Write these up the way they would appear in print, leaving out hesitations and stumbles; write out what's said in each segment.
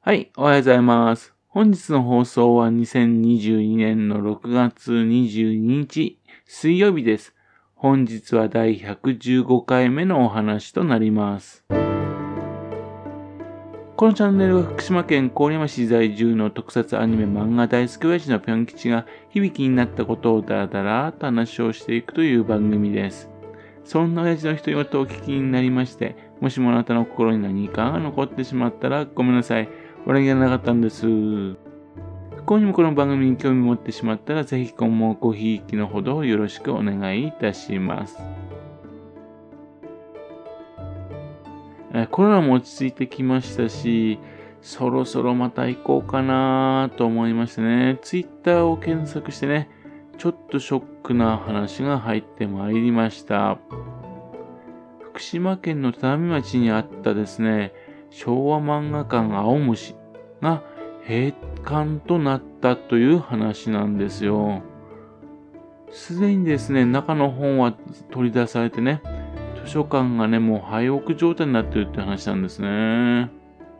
はい、おはようございます。本日の放送は2022年の6月22日水曜日です。本日は第115回目のお話となります。このチャンネルは福島県郡山市在住の特撮アニメ漫画大好き親父のぴょん吉が響きになったことをダラダラと話をしていくという番組です。そんな親父の独り言をお聞きになりまして、もしもあなたの心に何かが残ってしまったらごめんなさい。悪気がなかったんです。不幸にもこの番組に興味を持ってしまったら、ぜひ今後ごひいきのほどをよろしくお願いいたします。コロナも落ち着いてきましたし、そろそろまた行こうかなと思いましてね、ツイッターを検索してね、ちょっとショックな話が入ってまいりました。福島県の只見町にあったですね、昭和漫画館青虫が閉館となったという話なんですよ。すでにですね、中の本は取り出されてね、図書館がね、もう廃屋状態になってるって話なんですね。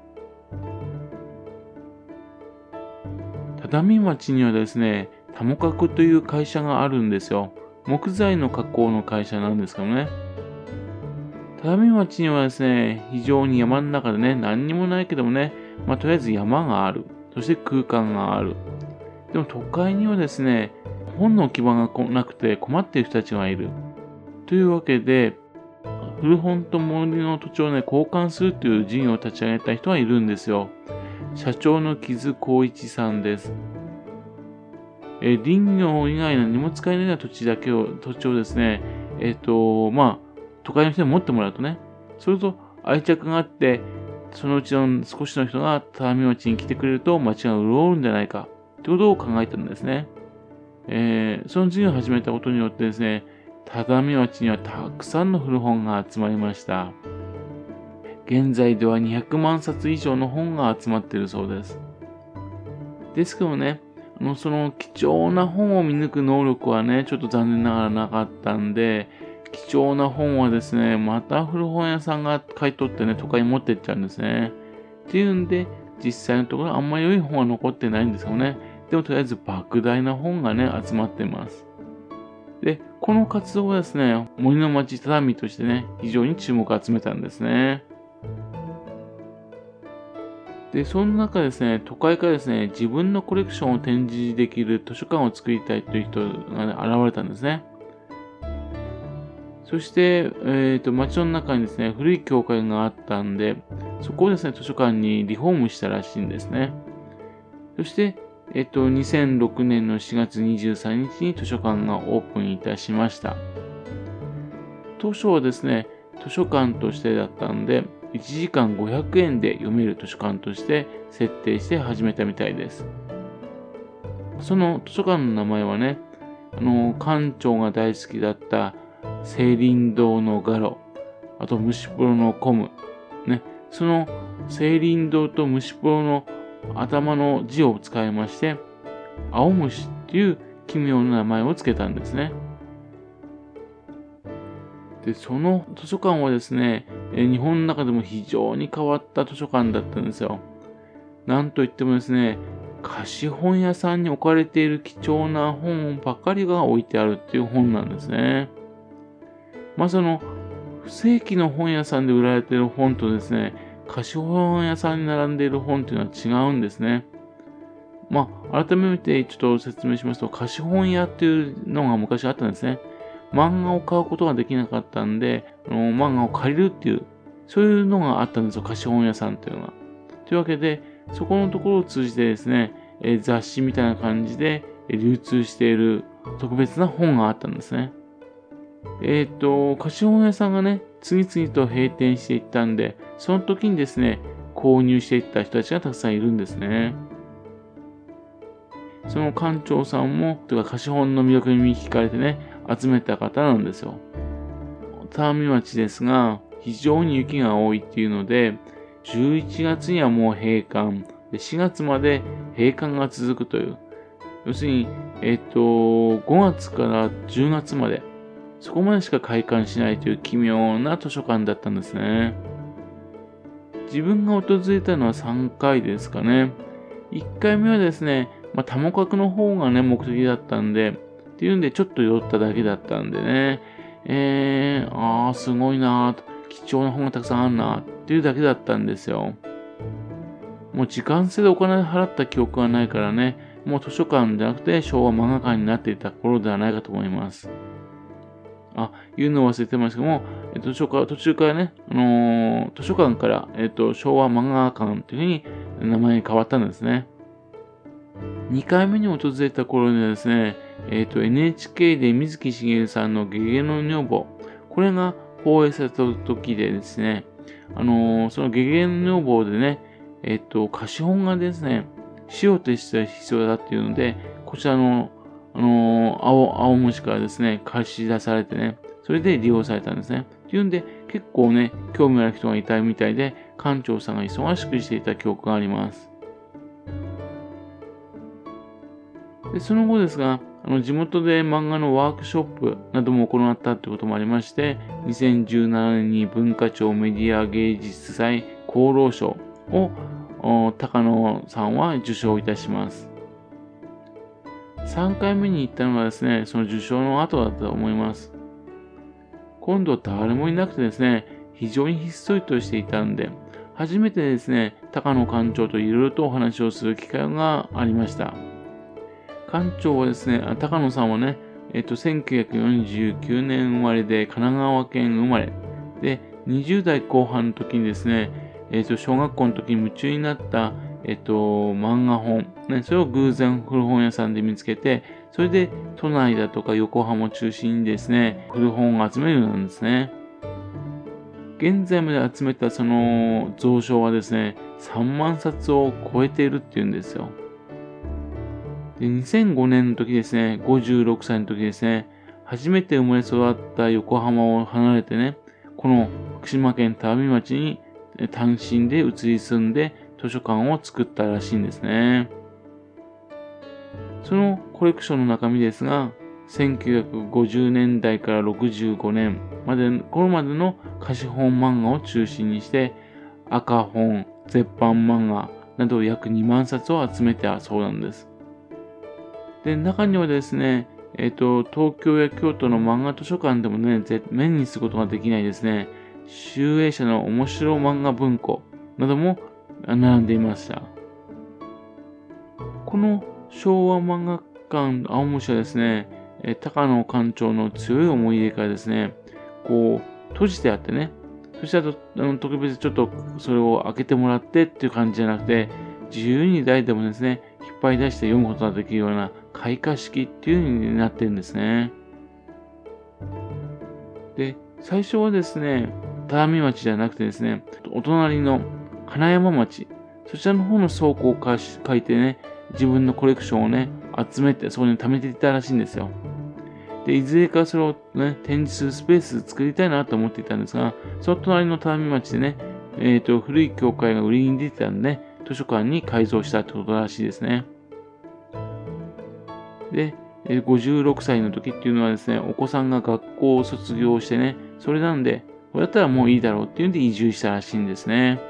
只見町にはですね、タモカクという会社があるんですよ。木材の加工の会社なんですけどね。只見町にはですね、非常に山の中でね、何にもないけどもね、とりあえず山がある。そして空間がある。でも都会にはですね、本の置き場がなくて困っている人たちがいる。というわけで、古本と森の土地をね、交換するという事業を立ち上げた人はいるんですよ。社長の木津光一さんです。林業以外の荷物使いのような土地をですね、都会の人に持ってもらうとね、それと愛着があって、そのうちの少しの人が只見町に来てくれると町が潤うんじゃないか、ということを考えたんですね。その事業を始めたことによってですね、只見町にはたくさんの古本が集まりました。現在では200万冊以上の本が集まっているそうです。ですけどね、その貴重な本を見抜く能力はね、ちょっと残念ながらなかったんで、貴重な本はですね、また古本屋さんが買い取ってね、都会に持ってっちゃうんですね。っていうんで、実際のところあんまり良い本は残ってないんですよね。でもとりあえず莫大な本がね、集まってます。で、この活動はですね、森の町只見としてね、非常に注目を集めたんですね。で、その中ですね、都会からですね、自分のコレクションを展示できる図書館を作りたいという人が現れたんですね。そして、街の中にですね、古い教会があったんで、そこをですね、図書館にリフォームしたらしいんですね。そして、2006年の4月23日に図書館がオープンいたしました。当初はですね、図書館としてだったんで、1時間500円で読める図書館として設定して始めたみたいです。その図書館の名前はね、館長が大好きだった青林堂のガロ、あと虫プロのコム、ね、その青林堂と虫プロの頭の字を使いまして、青虫っていう奇妙な名前を付けたんですね。で、その図書館はですね、日本の中でも非常に変わった図書館だったんですよ。なんといってもですね、貸本屋さんに置かれている貴重な本ばかりが置いてあるっていう本なんですね。その不正規の本屋さんで売られている本とですね、貸本屋さんに並んでいる本というのは違うんですね。改めてちょっと説明しますと、貸本屋っていうのが昔あったんですね。漫画を買うことができなかったんで、漫画を借りるっていう、そういうのがあったんですよ、貸本屋さんっていうのが。というわけで、そこのところを通じてですね、雑誌みたいな感じで流通している特別な本があったんですね。貸本屋さんがね、次々と閉店していったんで、その時にですね、購入していった人たちがたくさんいるんですね。その館長さんも、貸本の魅力に惹かれてね、集めた方なんですよ。只見町ですが、非常に雪が多いっていうので、11月にはもう閉館、4月まで閉館が続くという、要するに、5月から10月まで、そこまでしか開館しないという奇妙な図書館だったんですね。 自分が訪れたのは3回ですかね。1回目はですね、タモカクの方がね、目的だったんで、っていうんでちょっと寄っただけだったんでね、すごいなぁと、貴重な本がたくさんあるなぁっていうだけだったんですよ。もう時間制でお金払った記憶はないからね、もう図書館じゃなくて昭和漫画館になっていた頃ではないかと思います。言うのを忘れてましたけども、途中からね、図書館から、昭和漫画館というふうに名前に変わったんですね。2回目に訪れた頃にはですね、NHK で水木しげるさんのゲゲゲの女房、これが放映された時でですね、そのゲゲゲの女房でね、貸本がですね、使用として必要だっていうので、こちらの、青虫からですね、貸し出されてね、それで利用されたんですね。っていうんで、結構ね、興味ある人がいたみたいで、館長さんが忙しくしていた記憶があります。でその後ですが、地元で漫画のワークショップなども行ったということもありまして、2017年に文化庁メディア芸術祭功労賞を高野さんは受賞いたします。3回目に行ったのはですね、その受賞の後だったと思います。今度誰もいなくてですね、非常にひっそりとしていたんで、初めてですね、高野館長といろいろとお話をする機会がありました。館長はですね、高野さんはね、1949年生まれで神奈川県生まれ。で、20代後半の時にですね、小学校の時に夢中になった、漫画本、ね、それを偶然古本屋さんで見つけて、それで都内だとか横浜を中心にですね、古本を集めるようなんですね。現在まで集めたその蔵書はですね、3万冊を超えているっていうんですよ。で、2005年の時ですね、56歳の時ですね、初めて生まれ育った横浜を離れてね、この福島県田辺町に単身で移り住んで図書館を作ったらしいんですね。そのコレクションの中身ですが、1950年代から65年まで、これまでの貸本漫画を中心にして、赤本、絶版漫画など約2万冊を集めたそうなんです。で、中にはですね、東京や京都の漫画図書館でもね、目にすることができないですね、集英社の面白漫画文庫なども並んでいました。この昭和漫画館青虫はですね、高野館長の強い思い入れからですね、こう、閉じてあってね、そしたら特別ちょっとそれを開けてもらってっていう感じじゃなくて、自由に誰でもですね、引っ張り出して読むことができるような開花式っていう風になってるんですね。で、最初はですね、只見町じゃなくてですね、お隣の金山町、そちらの方の倉庫を借りてね、自分のコレクションをね、集めて、そこに貯めていたらしいんですよ。で、いずれかそれをね、展示するスペース作りたいなと思っていたんですが、その隣の只見町でね、古い教会が売りに出てたんで、図書館に改造したってことらしいですね。で、56歳の時っていうのはですね、お子さんが学校を卒業してね、それなんで、これだったらもういいだろうっていうんで移住したらしいんですね。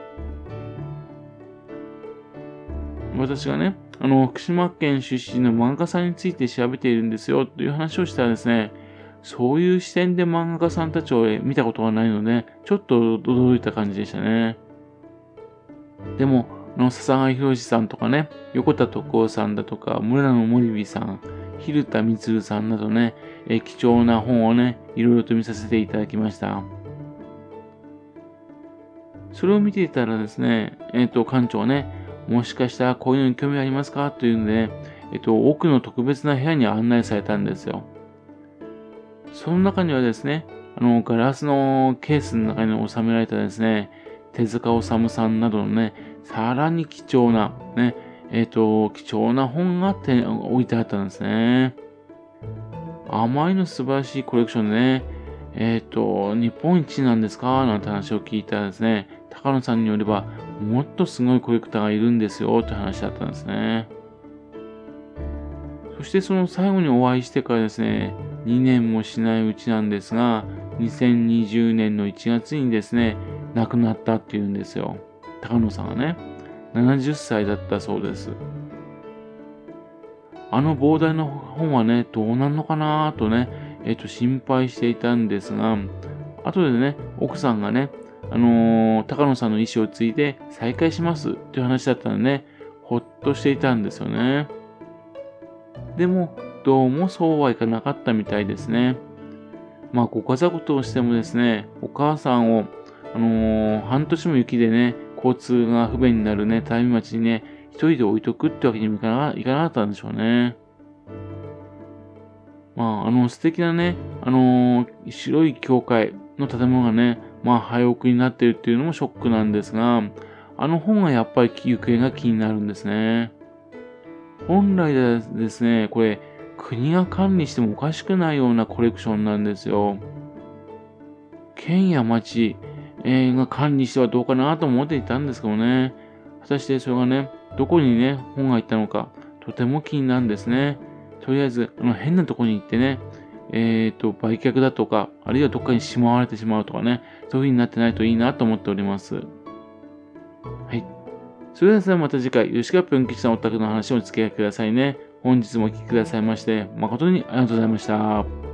私がね、福島県出身の漫画家さんについて調べているんですよという話をしたらですね、そういう視点で漫画家さんたちを見たことがないので、ちょっと驚いた感じでしたね。でも、笹川博さんとかね、横田徳夫さんだとか、村野森美さん、蛭田充さんなどね、貴重な本をね、いろいろと見させていただきました。それを見ていたらですね、館長はね、もしかしたらこういうのに興味ありますかというので、奥の特別な部屋に案内されたんですよ。その中にはですね、ガラスのケースの中に収められたですね、手塚治虫さんなどのね、さらに貴重な、ね、貴重な本が置いてあったんですね。あまりの素晴らしいコレクションでね、日本一なんですかなんて話を聞いたらですね、高野さんによれば、もっとすごいコレクターがいるんですよって話だったんですね。そしてその最後にお会いしてからですね、2年もしないうちなんですが、2020年の1月にですね、亡くなったっていうんですよ。 高野さんがね、70歳だったそうです。あの膨大な本はね、どうなんのかなとね、心配していたんですが、後でね、奥さんがね、高野さんの意思を継いで再会しますっていう話だったのでね、ほっとしていたんですよね。でも、どうもそうはいかなかったみたいですね。ご家族としてもですね、お母さんを、半年も雪でね、交通が不便になるね、大見町にね、一人で置いとくってわけにもいかなかったんでしょうね。素敵なね、白い教会の建物がね、廃屋になっているっていうのもショックなんですが、あの本がやっぱり行方が気になるんですね。本来でですね、これ、国が管理してもおかしくないようなコレクションなんですよ。県や町、が管理してはどうかなと思っていたんですけどね。果たしてそれがね、どこにね、本が行ったのか、とても気になるんですね。とりあえず、変なとこに行ってね、売却だとか、あるいはどっかにしまわれてしまうとかね、そういう風になってないといいなと思っております。はい。それではですね、また次回、吉川ぴょん吉さんお宅の話をお付き合いくださいね。本日もお聞きくださいまして、誠にありがとうございました。